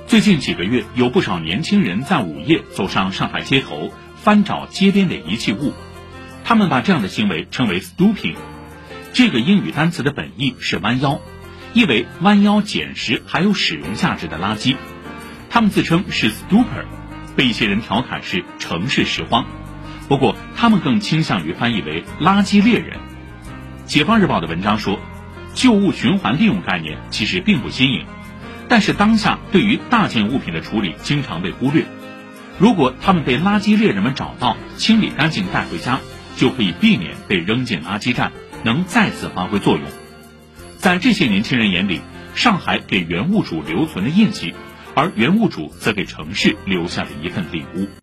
最近几个月，有不少年轻人在午夜走上上海街头，翻找街边的遗弃物。他们把这样的行为称为 stooping。这个英语单词的本意是弯腰，意为弯腰捡拾还有使用价值的垃圾。他们自称是 stooper， 被一些人调侃是城市拾荒。不过，他们更倾向于翻译为垃圾猎人。解放日报的文章说，旧物循环利用概念其实并不新颖，但是当下对于大件物品的处理经常被忽略。如果他们被垃圾猎人们找到，清理干净带回家，就可以避免被扔进垃圾站，能再次发挥作用。在这些年轻人眼里，上海给原物主留存了印记，而原物主则给城市留下了一份礼物。